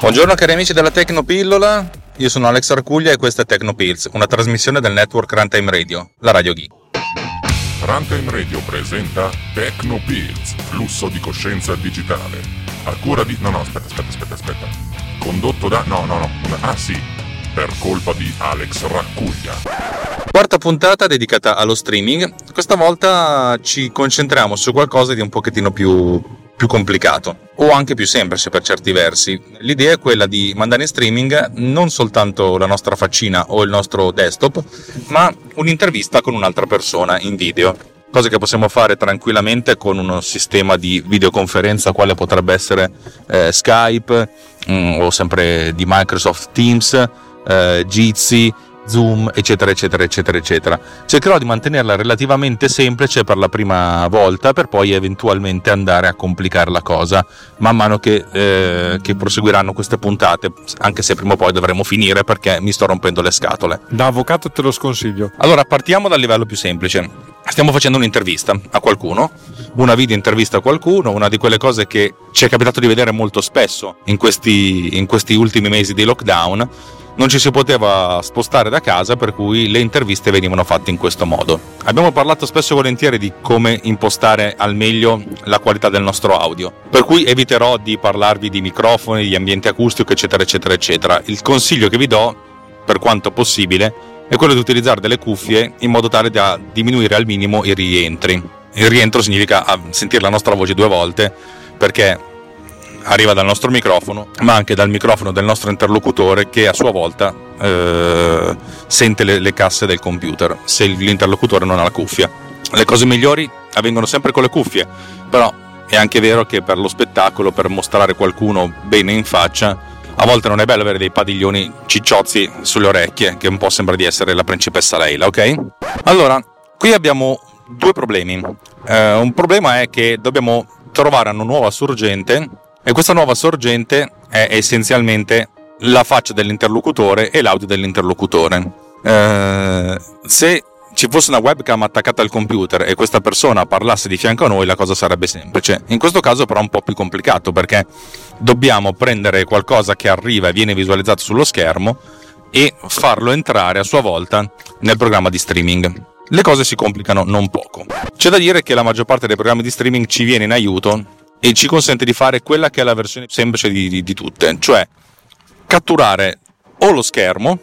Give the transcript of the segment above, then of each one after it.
Buongiorno cari amici della Tecnopillola, io sono Alex Arcuglia e questa è Tecnopills, una trasmissione del network Runtime Radio, la radio geek. Runtime Radio presenta Tecnopills, flusso di coscienza digitale. A cura di... Aspetta. Condotto da... per colpa di Alex Racuglia. Quarta puntata dedicata allo streaming. Questa volta ci concentriamo su qualcosa di un pochettino più complicato o anche più semplice per certi versi. L'idea è quella di mandare in streaming non soltanto la nostra faccina o il nostro desktop, ma un'intervista con un'altra persona in video, cosa che possiamo fare tranquillamente con uno sistema di videoconferenza quale potrebbe essere Skype o sempre di Microsoft Teams, Jitsi, Zoom, eccetera. Cercherò di mantenerla relativamente semplice per la prima volta, per poi eventualmente andare a complicare la cosa man mano che proseguiranno queste puntate, anche se prima o poi dovremo finire perché mi sto rompendo le scatole. Da avvocato te lo sconsiglio. Allora, partiamo dal livello più semplice. Stiamo facendo un'intervista a qualcuno, una video intervista a qualcuno, una di quelle cose che ci è capitato di vedere molto spesso in questi ultimi mesi di lockdown. Non ci si poteva spostare da casa, per cui le interviste venivano fatte in questo modo. Abbiamo parlato spesso e volentieri di come impostare al meglio la qualità del nostro audio, per cui eviterò di parlarvi di microfoni, di ambiente acustico, eccetera. Il consiglio che vi do, per quanto possibile, è quello di utilizzare delle cuffie in modo tale da diminuire al minimo i rientri. Il rientro significa sentire la nostra voce due volte, perché arriva dal nostro microfono, ma anche dal microfono del nostro interlocutore, che a sua volta sente le casse del computer se l'interlocutore non ha la cuffia. Le cose migliori avvengono sempre con le cuffie, però è anche vero che per lo spettacolo, per mostrare qualcuno bene in faccia, a volte non è bello avere dei padiglioni cicciozzi sulle orecchie, che un po' sembra di essere la principessa Leila, ok? Allora, qui abbiamo due problemi. Un problema è che dobbiamo trovare una nuova sorgente, e questa nuova sorgente è essenzialmente la faccia dell'interlocutore e l'audio dell'interlocutore. Se ci fosse una webcam attaccata al computer e questa persona parlasse di fianco a noi, la cosa sarebbe semplice. In questo caso però è un po' più complicato, perché dobbiamo prendere qualcosa che arriva e viene visualizzato sullo schermo e farlo entrare a sua volta nel programma di streaming. Le cose si complicano non poco. C'è da dire che la maggior parte dei programmi di streaming ci viene in aiuto e ci consente di fare quella che è la versione semplice di tutte, cioè catturare o lo schermo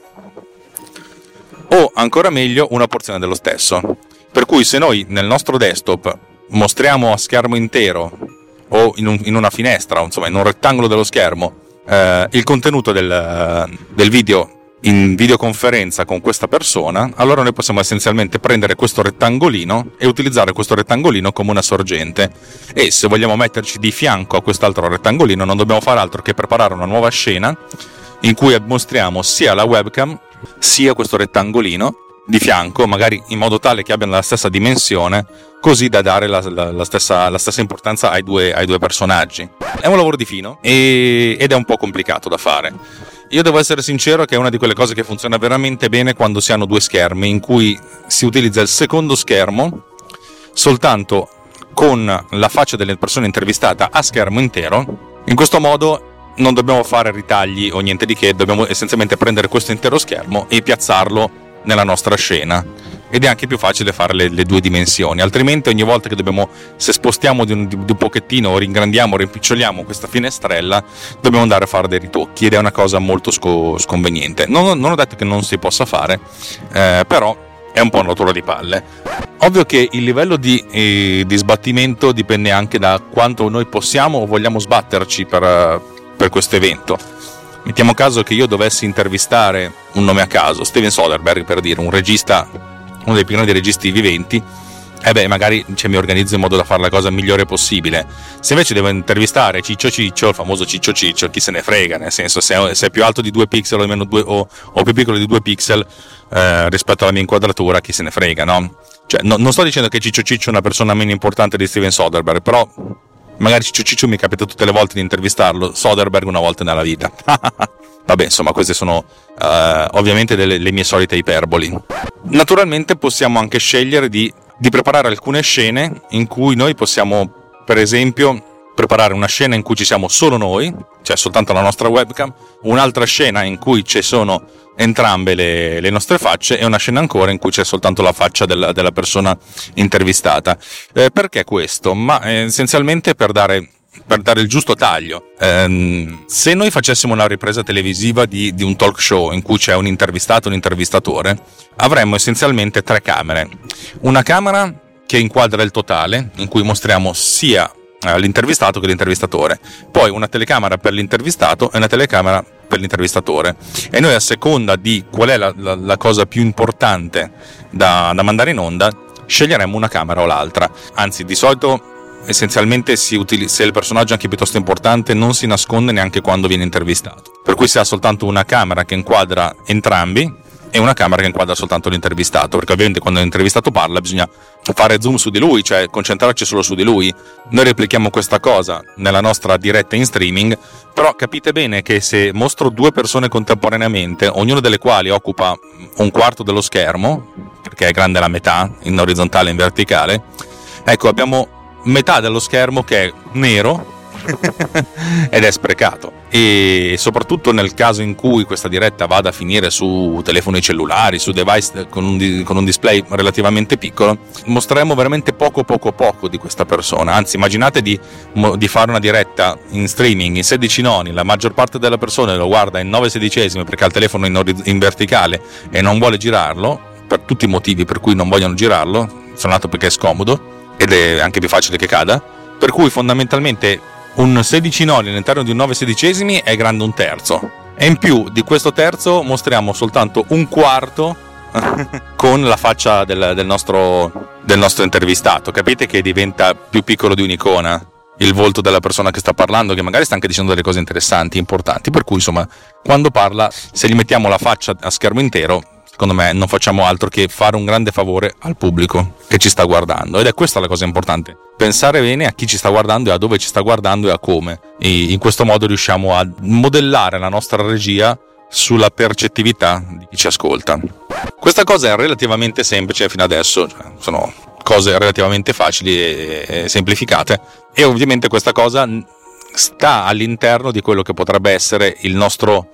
o, ancora meglio, una porzione dello stesso. Per cui se noi nel nostro desktop mostriamo a schermo intero o in una finestra, insomma in un rettangolo dello schermo, il contenuto del video in videoconferenza con questa persona, allora noi possiamo essenzialmente prendere questo rettangolino e utilizzare questo rettangolino come una sorgente, e se vogliamo metterci di fianco a quest'altro rettangolino non dobbiamo fare altro che preparare una nuova scena in cui mostriamo sia la webcam sia questo rettangolino di fianco, magari in modo tale che abbiano la stessa dimensione, così da dare la stessa importanza ai due personaggi. È un lavoro di fino ed è un po' complicato da fare. Io devo essere sincero che è una di quelle cose che funziona veramente bene quando si hanno due schermi, in cui si utilizza il secondo schermo soltanto con la faccia della persona intervistata a schermo intero. In questo modo non dobbiamo fare ritagli o niente di che, dobbiamo essenzialmente prendere questo intero schermo e piazzarlo nella nostra scena, ed è anche più facile fare le due dimensioni. Altrimenti ogni volta che se spostiamo di un pochettino o ringrandiamo o rimpiccioliamo questa finestrella, dobbiamo andare a fare dei ritocchi, ed è una cosa molto sconveniente. Non ho detto che non si possa fare, però è un po' una rottura di palle. Ovvio che il livello di sbattimento dipende anche da quanto noi possiamo o vogliamo sbatterci per questo evento. Mettiamo caso che io dovessi intervistare un nome a caso, Steven Soderbergh, per dire, un regista, uno dei più grandi registi viventi, magari mi organizzo in modo da fare la cosa migliore possibile. Se invece devo intervistare Ciccio, il famoso Ciccio, chi se ne frega, nel senso, se è più alto di 2 pixel o meno o più piccolo di 2 pixel rispetto alla mia inquadratura, chi se ne frega, no? Cioè, non sto dicendo che Ciccio è una persona meno importante di Steven Soderbergh, però magari Ciccio mi capita tutte le volte di intervistarlo, Soderbergh una volta nella vita. Vabbè, insomma, queste sono ovviamente le mie solite iperboli. Naturalmente possiamo anche scegliere di preparare alcune scene in cui noi possiamo, per esempio, preparare una scena in cui ci siamo solo noi, cioè soltanto la nostra webcam, un'altra scena in cui ci sono entrambe le nostre facce e una scena ancora in cui c'è soltanto la faccia della persona intervistata. Perché questo? Ma essenzialmente per dare il giusto taglio. Se noi facessimo una ripresa televisiva di un talk show in cui c'è un intervistato e un intervistatore, avremmo essenzialmente 3 camere. Una camera che inquadra il totale, in cui mostriamo sia l'intervistato che l'intervistatore, poi una telecamera per l'intervistato e una telecamera per l'intervistatore, e noi a seconda di qual è la cosa più importante da mandare in onda sceglieremo una camera o l'altra. Anzi, di solito essenzialmente se il personaggio è anche piuttosto importante non si nasconde neanche quando viene intervistato, per cui si ha soltanto una camera che inquadra entrambi e una camera che inquadra soltanto l'intervistato, perché ovviamente quando l'intervistato parla bisogna fare zoom su di lui, cioè concentrarci solo su di lui. Noi replichiamo questa cosa nella nostra diretta in streaming, però capite bene che se mostro 2 persone contemporaneamente, ognuna delle quali occupa un quarto dello schermo, perché è grande la metà, in orizzontale e in verticale, ecco, abbiamo metà dello schermo che è nero ed è sprecato. E soprattutto nel caso in cui questa diretta vada a finire su telefoni cellulari, su device con un display relativamente piccolo, mostreremo veramente poco di questa persona. Anzi, immaginate di fare una diretta in streaming in 16 noni, la maggior parte delle persone lo guarda in 9/16 perché ha il telefono in verticale e non vuole girarlo, per tutti i motivi per cui non vogliono girarlo, sono nato perché è scomodo ed è anche più facile che cada, per cui fondamentalmente un 16 noni all'interno di un 9/16 è grande un terzo, e in più di questo terzo mostriamo soltanto un quarto con la faccia del nostro intervistato. Capite che diventa più piccolo di un'icona il volto della persona che sta parlando, che magari sta anche dicendo delle cose interessanti, importanti, per cui insomma quando parla, se gli mettiamo la faccia a schermo intero, secondo me non facciamo altro che fare un grande favore al pubblico che ci sta guardando, ed è questa la cosa importante: pensare bene a chi ci sta guardando e a dove ci sta guardando e a come, e in questo modo riusciamo a modellare la nostra regia sulla percettività di chi ci ascolta. Questa cosa è relativamente semplice fino adesso, cioè, sono cose relativamente facili e semplificate, e ovviamente questa cosa sta all'interno di quello che potrebbe essere il nostro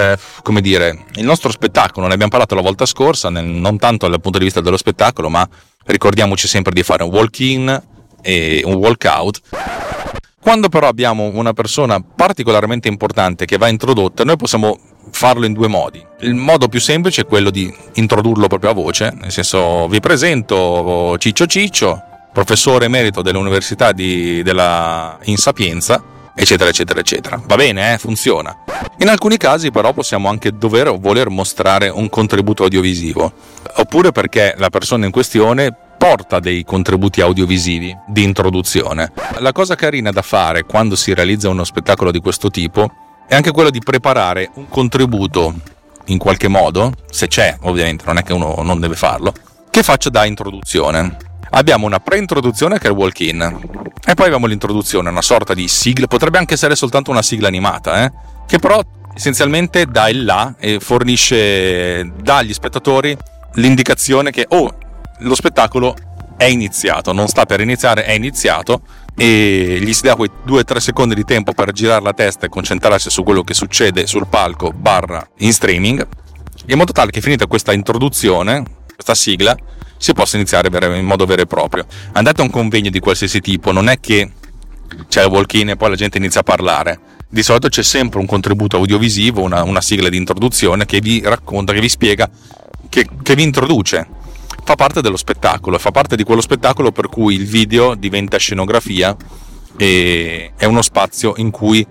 il nostro spettacolo. Ne abbiamo parlato la volta scorsa, non tanto dal punto di vista dello spettacolo, ma ricordiamoci sempre di fare un walk-in e un walk-out. Quando però abbiamo una persona particolarmente importante che va introdotta, noi possiamo farlo in 2 modi. Il modo più semplice è quello di introdurlo proprio a voce, nel senso: vi presento Ciccio, professore emerito dell'Università della Insapienza, eccetera eccetera eccetera. Va bene, funziona. In alcuni casi però possiamo anche dover o voler mostrare un contributo audiovisivo, oppure perché la persona in questione porta dei contributi audiovisivi di introduzione. La cosa carina da fare quando si realizza uno spettacolo di questo tipo è anche quello di preparare un contributo in qualche modo, se c'è, ovviamente, non è che uno non deve farlo, che faccia da introduzione. Abbiamo una pre-introduzione che è il walk-in, e poi abbiamo l'introduzione, una sorta di sigla, potrebbe anche essere soltanto una sigla animata, che però essenzialmente dà il là e fornisce, dà agli spettatori l'indicazione che lo spettacolo è iniziato, non sta per iniziare, è iniziato, e gli si dà quei 2-3 secondi di tempo per girare la testa e concentrarsi su quello che succede sul palco / in streaming, in modo tale che, finita questa introduzione, questa sigla, si possa iniziare in modo vero e proprio. Andate a un convegno di qualsiasi tipo, non è che c'è il walk-in e poi la gente inizia a parlare. Di solito c'è sempre un contributo audiovisivo, una sigla di introduzione che vi racconta, che vi spiega, che vi introduce. Fa parte dello spettacolo, fa parte di quello spettacolo per cui il video diventa scenografia e è uno spazio in cui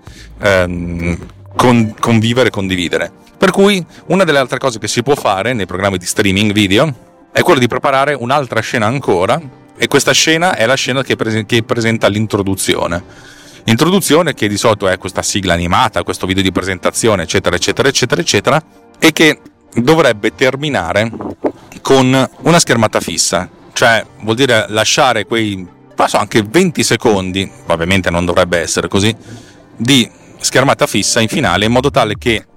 convivere e condividere. Per cui una delle altre cose che si può fare nei programmi di streaming video è quello di preparare un'altra scena ancora, e questa scena è la scena che presenta l'introduzione. Introduzione che di solito è questa sigla animata, questo video di presentazione, eccetera eccetera eccetera eccetera, e che dovrebbe terminare con una schermata fissa, cioè vuol dire lasciare quei anche 20 secondi, ovviamente non dovrebbe essere così, di schermata fissa in finale, in modo tale che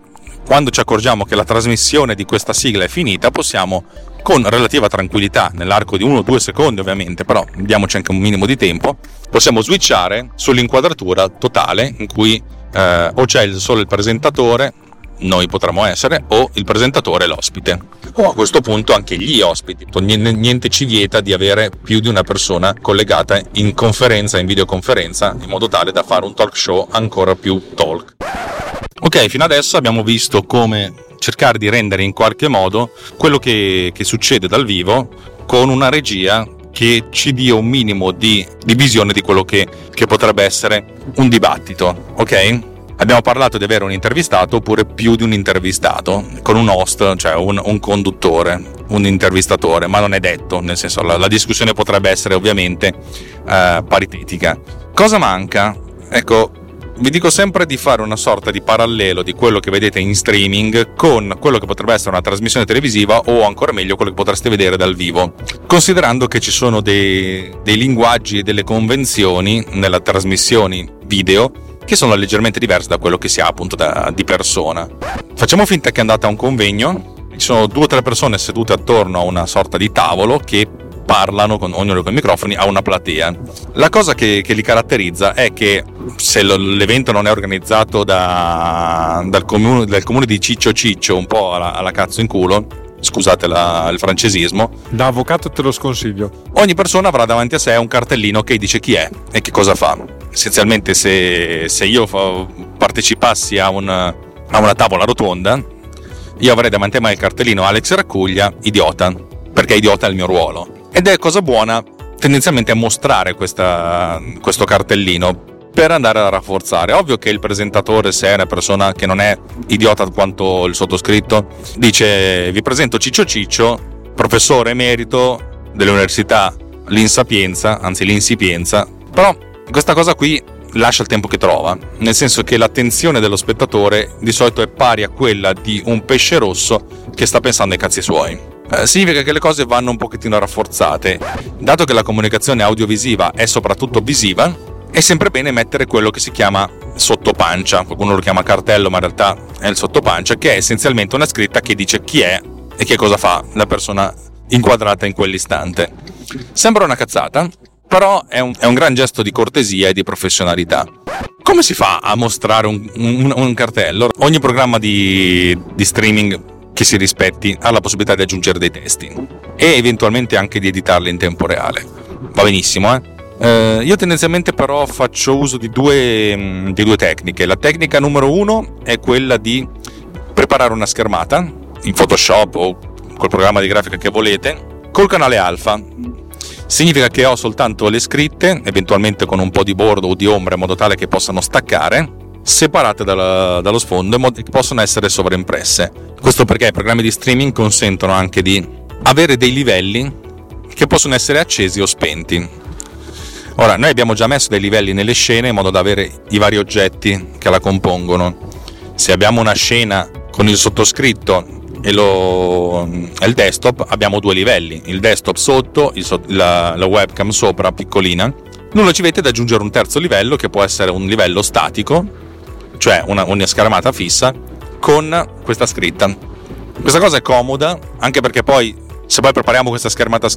quando ci accorgiamo che la trasmissione di questa sigla è finita, possiamo con relativa tranquillità, nell'arco di 1 o 2 secondi ovviamente, però diamoci anche un minimo di tempo, possiamo switchare sull'inquadratura totale in cui o c'è solo il presentatore, noi potremmo essere, o il presentatore e l'ospite, o a questo punto anche gli ospiti. Niente ci vieta di avere più di una persona collegata in conferenza, in videoconferenza, in modo tale da fare un talk show ancora più talk. Ok, fino adesso abbiamo visto come cercare di rendere in qualche modo quello che succede dal vivo con una regia che ci dia un minimo di visione di quello che potrebbe essere un dibattito, ok? Abbiamo parlato di avere un intervistato oppure più di un intervistato, con un host, cioè un conduttore, un intervistatore, ma non è detto, nel senso la discussione potrebbe essere ovviamente paritetica. Cosa manca? Ecco, vi dico sempre di fare una sorta di parallelo di quello che vedete in streaming con quello che potrebbe essere una trasmissione televisiva o ancora meglio quello che potreste vedere dal vivo, considerando che ci sono dei linguaggi e delle convenzioni nelle trasmissioni video che sono leggermente diverse da quello che si ha appunto di persona. Facciamo finta che andate a un convegno, ci sono 2 o 3 persone sedute attorno a una sorta di tavolo che parlano con ognuno con i microfoni a una platea. La cosa che li caratterizza è che se l'evento non è organizzato dal comune di Ciccio, un po' alla cazzo in culo, scusate il francesismo, da avvocato te lo sconsiglio, ogni persona avrà davanti a sé un cartellino che dice chi è e che cosa fa. Essenzialmente se io partecipassi a una tavola rotonda, io avrei davanti a me il cartellino Alex Raccuglia, idiota, perché idiota è il mio ruolo. Ed è cosa buona tendenzialmente a mostrare questo cartellino per andare a rafforzare. Ovvio che il presentatore, se è una persona che non è idiota quanto il sottoscritto, dice: vi presento Ciccio, professore emerito dell'università l'Insipienza, però questa cosa qui lascia il tempo che trova, nel senso che l'attenzione dello spettatore di solito è pari a quella di un pesce rosso che sta pensando ai cazzi suoi. Significa che le cose vanno un pochettino rafforzate. Dato che la comunicazione audiovisiva è soprattutto visiva, è sempre bene mettere quello che si chiama sottopancia, qualcuno lo chiama cartello ma in realtà è il sottopancia, che è essenzialmente una scritta che dice chi è e che cosa fa la persona inquadrata in quell'istante. Sembra una cazzata, però è un gran gesto di cortesia e di professionalità. Come si fa a mostrare un cartello? Ogni programma di streaming che si rispetti ha la possibilità di aggiungere dei testi e eventualmente anche di editarli in tempo reale. Va benissimo, io tendenzialmente però faccio uso di due tecniche. La tecnica numero 1 è quella di preparare una schermata in Photoshop o col programma di grafica che volete col canale alfa. Significa che ho soltanto le scritte, eventualmente con un po' di bordo o di ombra, in modo tale che possano staccare, separate dallo sfondo, in modo che possono essere sovraimpresse. Questo perché i programmi di streaming consentono anche di avere dei livelli che possono essere accesi o spenti. Ora, noi abbiamo già messo dei livelli nelle scene in modo da avere i vari oggetti che la compongono. Se abbiamo una scena con il sottoscritto e il desktop, abbiamo 2 livelli: il desktop sotto, la webcam sopra piccolina. Nulla ci vede ad aggiungere un terzo livello, che può essere un livello statico, cioè una schermata fissa con questa scritta. Questa cosa è comoda anche perché poi, se poi prepariamo questa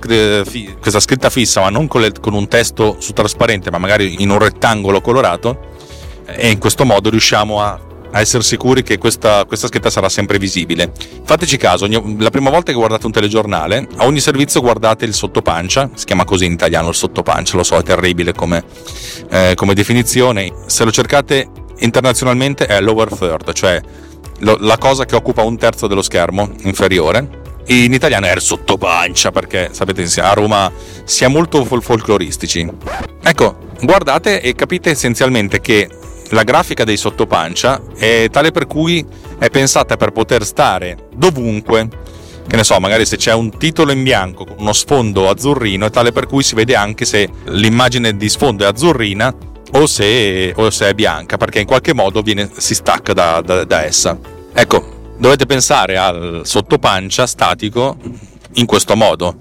scritta fissa, ma non con un testo su trasparente, ma magari in un rettangolo colorato, e in questo modo riusciamo a essere sicuri che questa scritta sarà sempre visibile. Fateci caso, la prima volta che guardate un telegiornale, a ogni servizio guardate il sottopancia, si chiama così in italiano il sottopancia, lo so, è terribile come definizione. Se lo cercate internazionalmente è lower third, cioè la cosa che occupa un terzo dello schermo inferiore. In italiano è il sottopancia, perché sapete, a Roma si è molto folcloristici. Ecco, guardate e capite essenzialmente che la grafica dei sottopancia è tale per cui è pensata per poter stare dovunque. Che ne so, magari se c'è un titolo in bianco con uno sfondo azzurrino, è tale per cui si vede anche se l'immagine di sfondo è azzurrina o se è bianca, perché in qualche modo si stacca da essa. Ecco, dovete pensare al sottopancia statico in questo modo,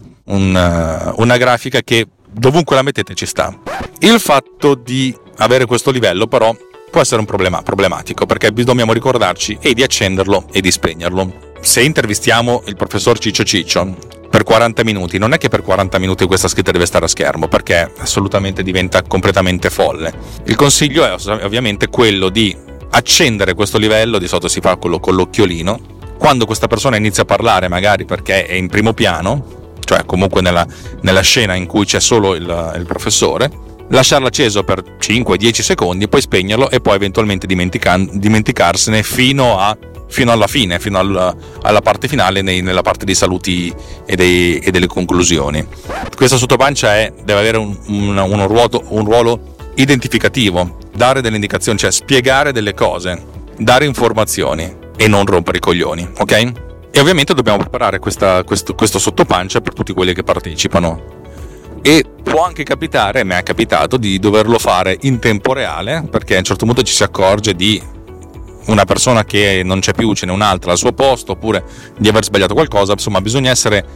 una grafica che dovunque la mettete ci sta. Il fatto di avere questo livello però può essere un problema problematico, perché dobbiamo ricordarci e di accenderlo e di spegnerlo. Se intervistiamo il professor Ciccio per 40 minuti, non è che per 40 minuti questa scritta deve stare a schermo, perché assolutamente diventa completamente folle. Il consiglio è ovviamente quello di accendere questo livello, di solito si fa quello con l'occhiolino, quando questa persona inizia a parlare, magari perché è in primo piano, cioè comunque nella scena in cui c'è solo il professore, lasciarlo acceso per 5-10 secondi, poi spegnerlo e poi eventualmente dimenticarsene fino alla fine, fino alla parte finale, nella parte dei saluti e delle conclusioni. Questa sottopancia deve avere un ruolo identificativo, dare delle indicazioni, cioè spiegare delle cose, dare informazioni e non rompere i coglioni, ok? E ovviamente dobbiamo preparare questo sottopancia per tutti quelli che partecipano. E può anche capitare, mi è capitato, di doverlo fare in tempo reale, perché a un certo punto ci si accorge di una persona che non c'è più, ce n'è un'altra al suo posto, oppure di aver sbagliato qualcosa. Insomma, bisogna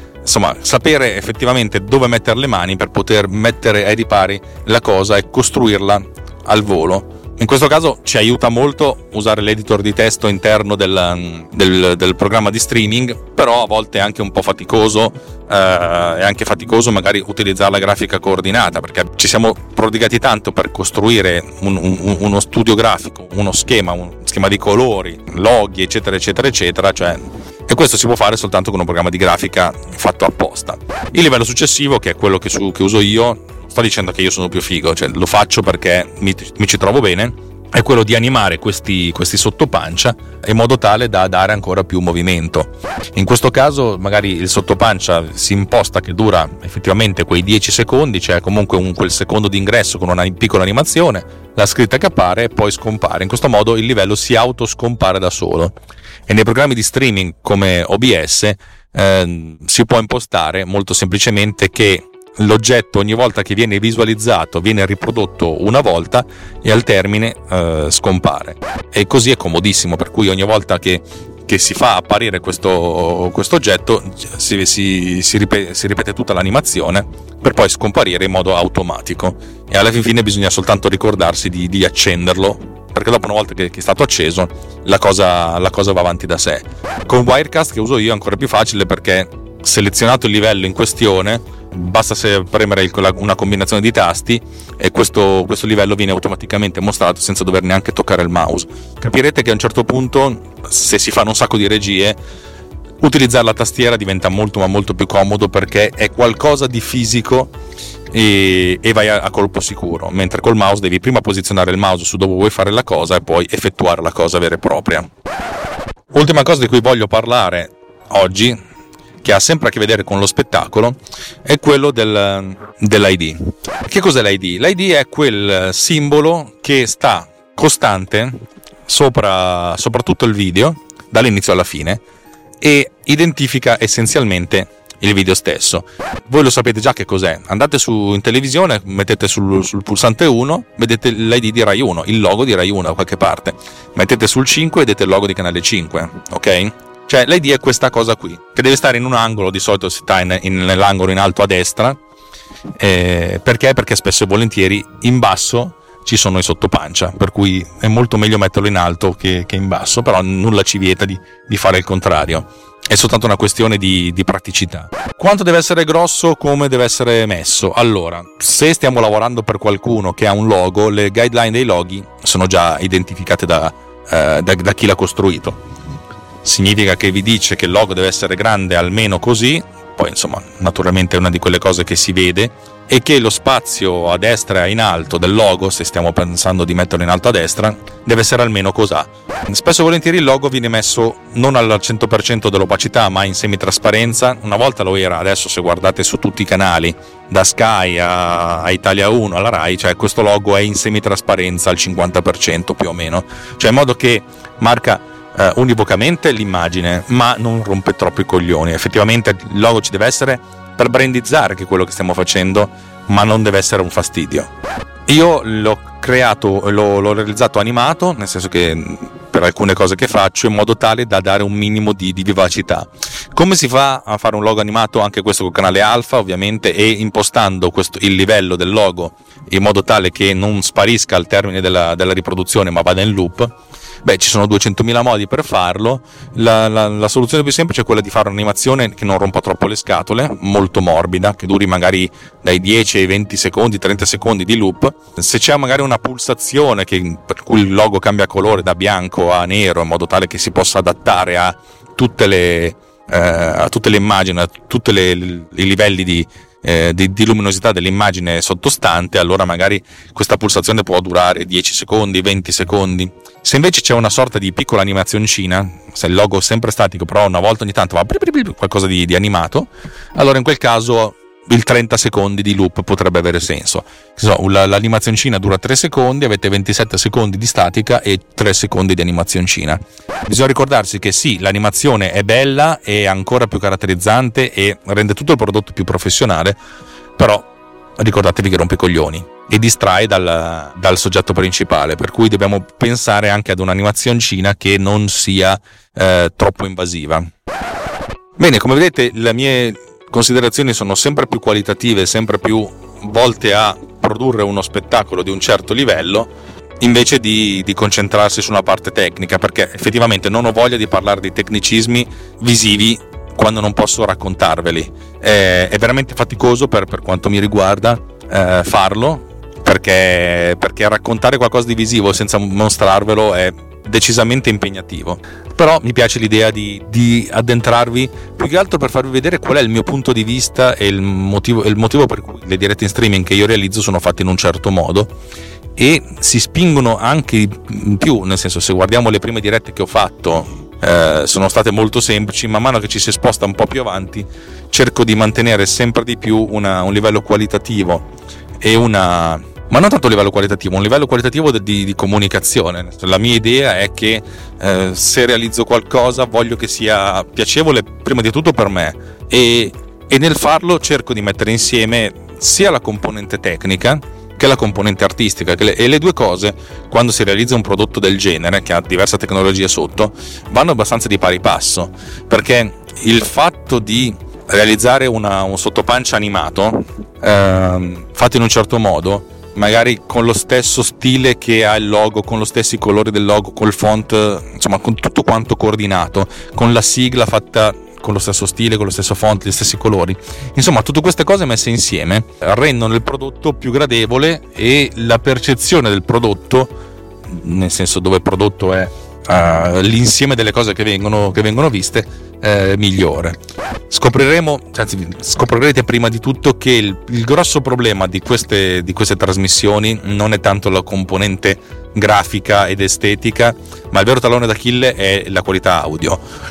sapere effettivamente dove mettere le mani per poter mettere ai ripari la cosa e costruirla al volo. In questo caso ci aiuta molto usare l'editor di testo interno del programma di streaming, però a volte è anche un po' faticoso, è anche faticoso magari utilizzare la grafica coordinata, perché ci siamo prodigati tanto per costruire uno studio grafico, uno schema di colori, loghi, eccetera eccetera eccetera, e questo si può fare soltanto con un programma di grafica fatto apposta. Il livello successivo, che è quello che uso io, sto dicendo che io sono più figo, lo faccio perché mi ci trovo bene, è quello di animare questi sottopancia in modo tale da dare ancora più movimento. In questo caso magari il sottopancia si imposta che dura effettivamente quei 10 secondi, cioè comunque quel secondo di ingresso con una piccola animazione, la scritta che appare e poi scompare. In questo modo il livello si autoscompare da solo. E nei programmi di streaming come OBS si può impostare molto semplicemente che l'oggetto ogni volta che viene visualizzato viene riprodotto una volta e al termine scompare, e così è comodissimo, per cui ogni volta che si fa apparire questo oggetto si ripete tutta l'animazione per poi scomparire in modo automatico, e alla fine bisogna soltanto ricordarsi di accenderlo, perché dopo, una volta che è stato acceso, la cosa va avanti da sé. Con Wirecast, che uso io, è ancora più facile, perché selezionato il livello in questione basta premere una combinazione di tasti e questo livello viene automaticamente mostrato senza dover neanche toccare il mouse. Capirete che a un certo punto, se si fanno un sacco di regie, utilizzare la tastiera diventa molto ma molto più comodo, perché è qualcosa di fisico e vai a colpo sicuro, mentre col mouse devi prima posizionare il mouse su dove vuoi fare la cosa e poi effettuare la cosa vera e propria. Ultima cosa di cui voglio parlare oggi, che ha sempre a che vedere con lo spettacolo, è quello dell'ID. Che cos'è l'ID? L'ID è quel simbolo che sta costante sopra tutto il video, dall'inizio alla fine, e identifica essenzialmente il video stesso. Voi lo sapete già che cos'è. Andate in televisione, mettete sul pulsante 1, vedete l'ID di Rai 1, il logo di Rai 1 da qualche parte. Mettete sul 5 e vedete il logo di Canale 5, ok? Cioè l'ID è questa cosa qui, che deve stare in un angolo, di solito si sta nell'angolo in alto a destra, perché spesso e volentieri in basso ci sono i sottopancia, per cui è molto meglio metterlo in alto che in basso, però nulla ci vieta di fare il contrario, è soltanto una questione di praticità. Quanto deve essere grosso, come deve essere messo? Allora, se stiamo lavorando per qualcuno che ha un logo, le guideline dei loghi sono già identificate da chi l'ha costruito. Significa che vi dice che il logo deve essere grande almeno così, poi insomma naturalmente è una di quelle cose che si vede, e che lo spazio a destra e in alto del logo, se stiamo pensando di metterlo in alto a destra, deve essere almeno cos'ha. Spesso e volentieri il logo viene messo non al 100% dell'opacità, ma in semitrasparenza. Una volta lo era, adesso se guardate su tutti i canali, da Sky a Italia 1 alla Rai, cioè questo logo è in semitrasparenza al 50% più o meno, cioè in modo che marca univocamente l'immagine, ma non rompe troppo i coglioni. Effettivamente il logo ci deve essere per brandizzare che quello che stiamo facendo, ma non deve essere un fastidio. Io l'ho creato, l'ho realizzato animato, nel senso che per alcune cose che faccio, in modo tale da dare un minimo di vivacità. Come si fa a fare un logo animato? Anche questo col canale Alpha, ovviamente, e impostando il livello del logo in modo tale che non sparisca al termine della riproduzione ma vada in loop. Beh, ci sono 200.000 modi per farlo. La soluzione più semplice è quella di fare un'animazione che non rompa troppo le scatole, molto morbida, che duri magari dai 10 ai 20 secondi, 30 secondi di loop. Se c'è magari una pulsazione per cui il logo cambia colore da bianco a nero, in modo tale che si possa adattare a tutte le immagini, a tutti i livelli di luminosità dell'immagine sottostante, allora magari questa pulsazione può durare 10 secondi, 20 secondi. Se invece c'è una sorta di piccola animazioncina, se il logo è sempre statico però una volta ogni tanto va qualcosa di animato, allora in quel caso il 30 secondi di loop potrebbe avere senso. L'animazioncina dura 3 secondi, avete 27 secondi di statica e 3 secondi di animazioncina. Bisogna ricordarsi che sì, l'animazione è bella, è ancora più caratterizzante e rende tutto il prodotto più professionale, però ricordatevi che rompe i coglioni e distrae dal soggetto principale, per cui dobbiamo pensare anche ad un'animazioncina che non sia troppo invasiva. Bene, come vedete le mie considerazioni sono sempre più qualitative, sempre più volte a produrre uno spettacolo di un certo livello, invece di concentrarsi su una parte tecnica, perché effettivamente non ho voglia di parlare di tecnicismi visivi quando non posso raccontarveli. È veramente faticoso per quanto mi riguarda farlo, perché raccontare qualcosa di visivo senza mostrarvelo è decisamente impegnativo. Però mi piace l'idea di addentrarvi più che altro per farvi vedere qual è il mio punto di vista e il motivo per cui le dirette in streaming che io realizzo sono fatte in un certo modo e si spingono anche in più, nel senso, se guardiamo le prime dirette che ho fatto sono state molto semplici. Man mano che ci si sposta un po' più avanti cerco di mantenere sempre di più un livello qualitativo e ma non tanto a livello qualitativo, un livello qualitativo di comunicazione. La mia idea è che se realizzo qualcosa voglio che sia piacevole prima di tutto per me e nel farlo cerco di mettere insieme sia la componente tecnica che la componente artistica, e le due cose, quando si realizza un prodotto del genere che ha diversa tecnologia sotto, vanno abbastanza di pari passo, perché il fatto di realizzare un sottopancia animato fatto in un certo modo, magari con lo stesso stile che ha il logo, con lo stessi colori del logo, col font, insomma con tutto quanto coordinato, con la sigla fatta con lo stesso stile, con lo stesso font, gli stessi colori, insomma tutte queste cose messe insieme rendono il prodotto più gradevole e la percezione del prodotto, nel senso dove il prodotto è l'insieme delle cose che vengono viste, migliore. Scoprirete prima di tutto che il grosso problema di queste trasmissioni non è tanto la componente grafica ed estetica, ma il vero tallone d'Achille è la qualità audio.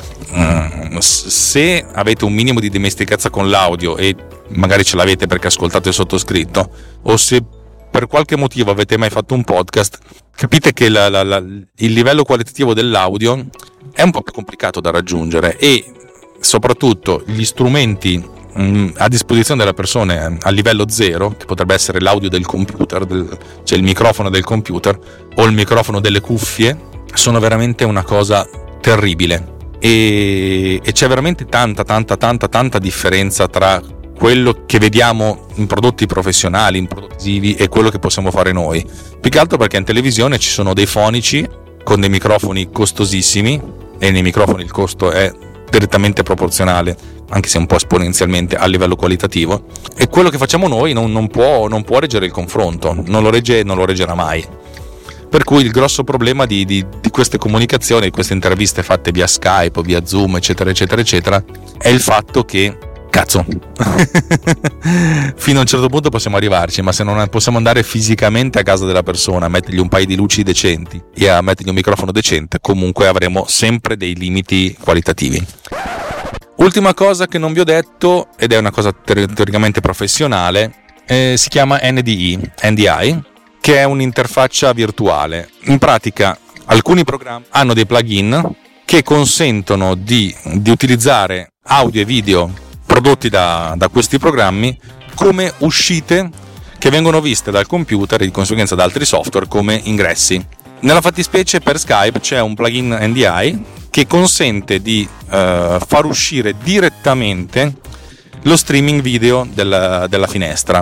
Se avete un minimo di dimestichezza con l'audio, e magari ce l'avete perché ascoltate il sottoscritto, o se per qualche motivo avete mai fatto un podcast, capite che il livello qualitativo dell'audio è un po' più complicato da raggiungere, e soprattutto gli strumenti a disposizione della persona a livello zero, che potrebbe essere l'audio del computer, cioè il microfono del computer o il microfono delle cuffie, sono veramente una cosa terribile, e c'è veramente tanta differenza tra quello che vediamo in prodotti professionali, in prodotti visivi, e quello che possiamo fare noi. Più che altro perché in televisione ci sono dei fonici con dei microfoni costosissimi, e nei microfoni il costo è direttamente proporzionale, anche se un po' esponenzialmente, a livello qualitativo, e quello che facciamo noi non può reggere il confronto, non lo reggerà mai. Per cui il grosso problema di queste comunicazioni, di queste interviste fatte via Skype o via Zoom, eccetera eccetera eccetera, è il fatto che cazzo fino a un certo punto possiamo arrivarci, ma se non possiamo andare fisicamente a casa della persona, a mettergli un paio di luci decenti e a mettergli un microfono decente, comunque avremo sempre dei limiti qualitativi. Ultima cosa che non vi ho detto, ed è una cosa teoricamente professionale, si chiama NDI, che è un'interfaccia virtuale. In pratica alcuni programmi hanno dei plugin che consentono di utilizzare audio e video prodotti da questi programmi come uscite che vengono viste dal computer e di conseguenza da altri software come ingressi. Nella fattispecie per Skype c'è un plugin NDI che consente di far uscire direttamente lo streaming video della finestra.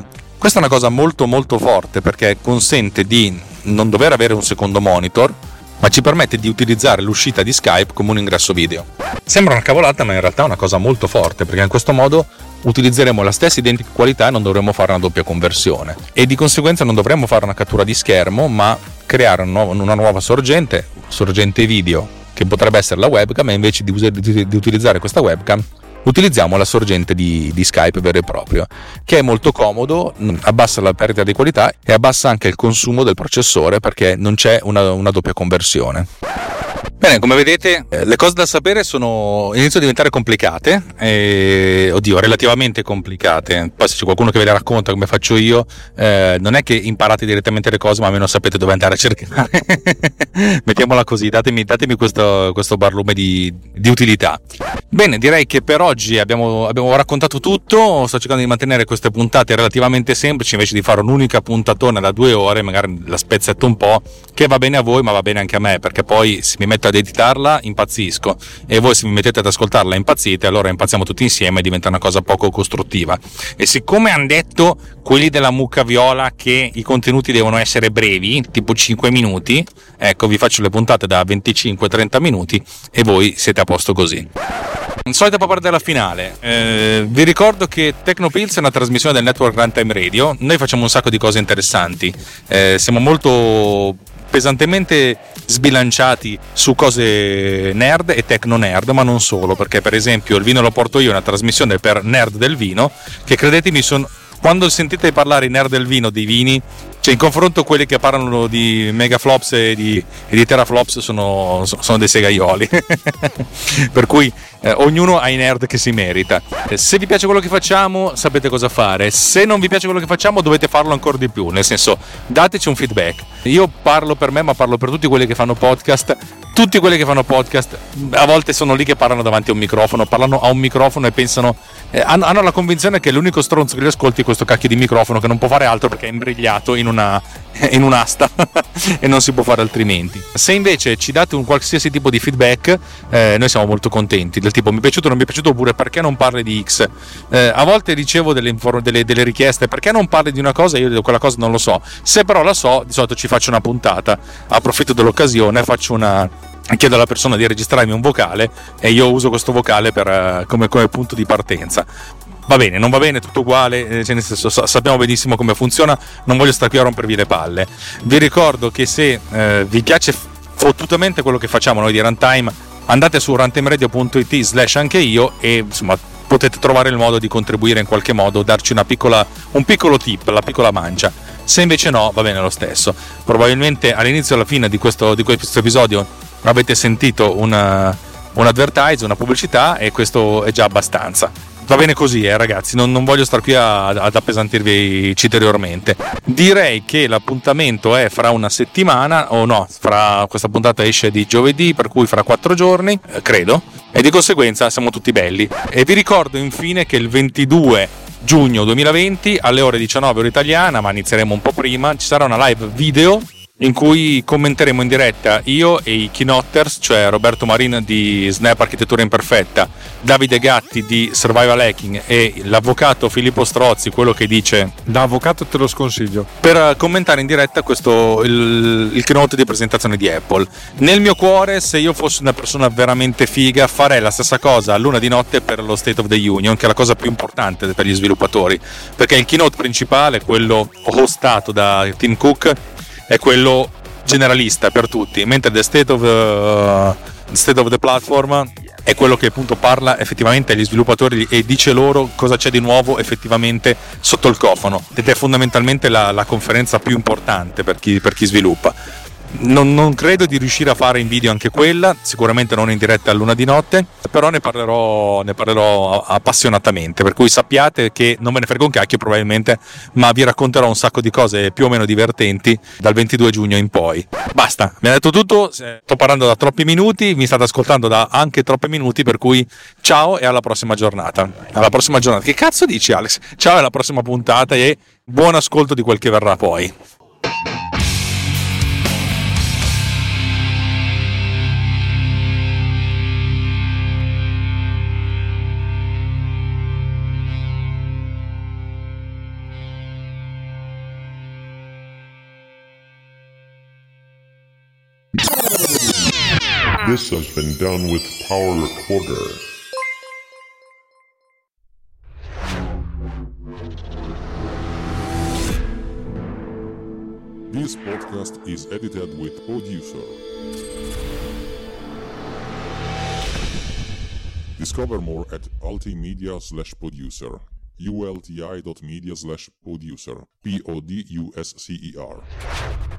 Questa è una cosa molto molto forte perché consente di non dover avere un secondo monitor, ma ci permette di utilizzare l'uscita di Skype come un ingresso video. Sembra una cavolata, ma in realtà è una cosa molto forte, perché in questo modo utilizzeremo la stessa identica qualità e non dovremo fare una doppia conversione. E di conseguenza non dovremo fare una cattura di schermo, ma creare una nuova sorgente video, che potrebbe essere la webcam, e invece di utilizzare questa webcam utilizziamo la sorgente di Skype vero e proprio, che è molto comodo, abbassa la perdita di qualità e abbassa anche il consumo del processore perché non c'è una doppia conversione. Bene, come vedete le cose da sapere iniziano a diventare complicate, relativamente complicate. Poi se c'è qualcuno che ve le racconta come faccio io, non è che imparate direttamente le cose, ma almeno sapete dove andare a cercare. Mettiamola così, datemi questo barlume di utilità. Bene, direi che per oggi abbiamo raccontato tutto. Sto cercando di mantenere queste puntate relativamente semplici, invece di fare un'unica puntatona da 2 ore, magari la spezzetto un po', che va bene a voi ma va bene anche a me, perché poi se mi metto ad editarla impazzisco e voi se mi mettete ad ascoltarla impazzite, allora impazziamo tutti insieme e diventa una cosa poco costruttiva. E siccome hanno detto quelli della mucca viola che i contenuti devono essere brevi, tipo 5 minuti, ecco, vi faccio le puntate da 25-30 minuti e voi siete a posto così. Solita papà della finale, vi ricordo che Tecnopills è una trasmissione del network Runtime Radio. Noi facciamo un sacco di cose interessanti, siamo molto pesantemente sbilanciati su cose nerd e tecno nerd, ma non solo, perché per esempio Il vino lo porto io è una trasmissione per nerd del vino che, credetemi, quando sentite parlare i nerd del vino, dei vini, cioè in confronto quelli che parlano di megaflops e di teraflops sono dei segaioli. Per cui ognuno ha i nerd che si merita. Se vi piace quello che facciamo, sapete cosa fare. Se non vi piace quello che facciamo, dovete farlo ancora di più, nel senso, dateci un feedback. Io parlo per me, ma parlo per tutti quelli che fanno podcast. Tutti quelli che fanno podcast a volte sono lì che parlano davanti a un microfono, parlano a un microfono e pensano, hanno la convinzione che l'unico stronzo che li ascolti è questo cacchio di microfono che non può fare altro perché è imbrigliato in un'asta e non si può fare altrimenti. Se invece ci date un qualsiasi tipo di feedback, noi siamo molto contenti, del tipo mi è piaciuto, non mi è piaciuto, oppure perché non parli di X. A volte ricevo delle richieste, perché non parli di una cosa, io dico quella cosa non lo so, se però la so di solito ci faccio una puntata, approfitto dell'occasione, chiedo alla persona di registrarmi un vocale e io uso questo vocale come punto di partenza. Va bene, non va bene, tutto uguale, nel senso, sappiamo benissimo come funziona, non voglio stare qui a rompervi le palle. Vi ricordo che se vi piace fottutamente quello che facciamo noi di Runtime, andate su runtimeradio.it/anche io e insomma potete trovare il modo di contribuire in qualche modo, darci un piccolo tip, la piccola mancia. Se invece no, va bene lo stesso. Probabilmente all'inizio e alla fine di questo episodio avete sentito un advertise, una pubblicità, e questo è già abbastanza. Va bene così, ragazzi, non voglio star qui ad appesantirvi ulteriormente. Direi che l'appuntamento è fra una settimana, questa puntata esce di giovedì, per cui fra 4 giorni, credo, e di conseguenza siamo tutti belli. E vi ricordo infine che il 22 giugno 2020 alle ore 19 ora italiana, ma inizieremo un po' prima, ci sarà una live video in cui commenteremo in diretta io e i keynotters, cioè Roberto Marin di Snap Architettura Imperfetta, Davide Gatti di Survival Hacking e l'avvocato Filippo Strozzi, quello che dice da avvocato te lo sconsiglio, per commentare in diretta il keynote di presentazione di Apple. Nel mio cuore, se io fossi una persona veramente figa, farei la stessa cosa a luna di notte per lo State of the Union, che è la cosa più importante per gli sviluppatori, perché il keynote principale, quello hostato da Tim Cook, è quello generalista per tutti, mentre the state of the platform è quello che appunto parla effettivamente agli sviluppatori e dice loro cosa c'è di nuovo effettivamente sotto il cofano, ed è fondamentalmente la conferenza più importante per chi sviluppa. Non credo di riuscire a fare in video anche quella, sicuramente non in diretta a luna di notte, però ne parlerò appassionatamente, per cui sappiate che non me ne frega un cacchio probabilmente, ma vi racconterò un sacco di cose più o meno divertenti dal 22 giugno in poi. Basta, mi ha detto tutto, sto parlando da troppi minuti, mi state ascoltando da anche troppi minuti, per cui ciao e alla prossima giornata. Alla prossima giornata. Che cazzo dici, Alex? Ciao e alla prossima puntata e buon ascolto di quel che verrà poi. This has been done with Power Recorder. This podcast is edited with Producer. Discover more at ultimedia/producer. ulti.media/producer. PODUSCER.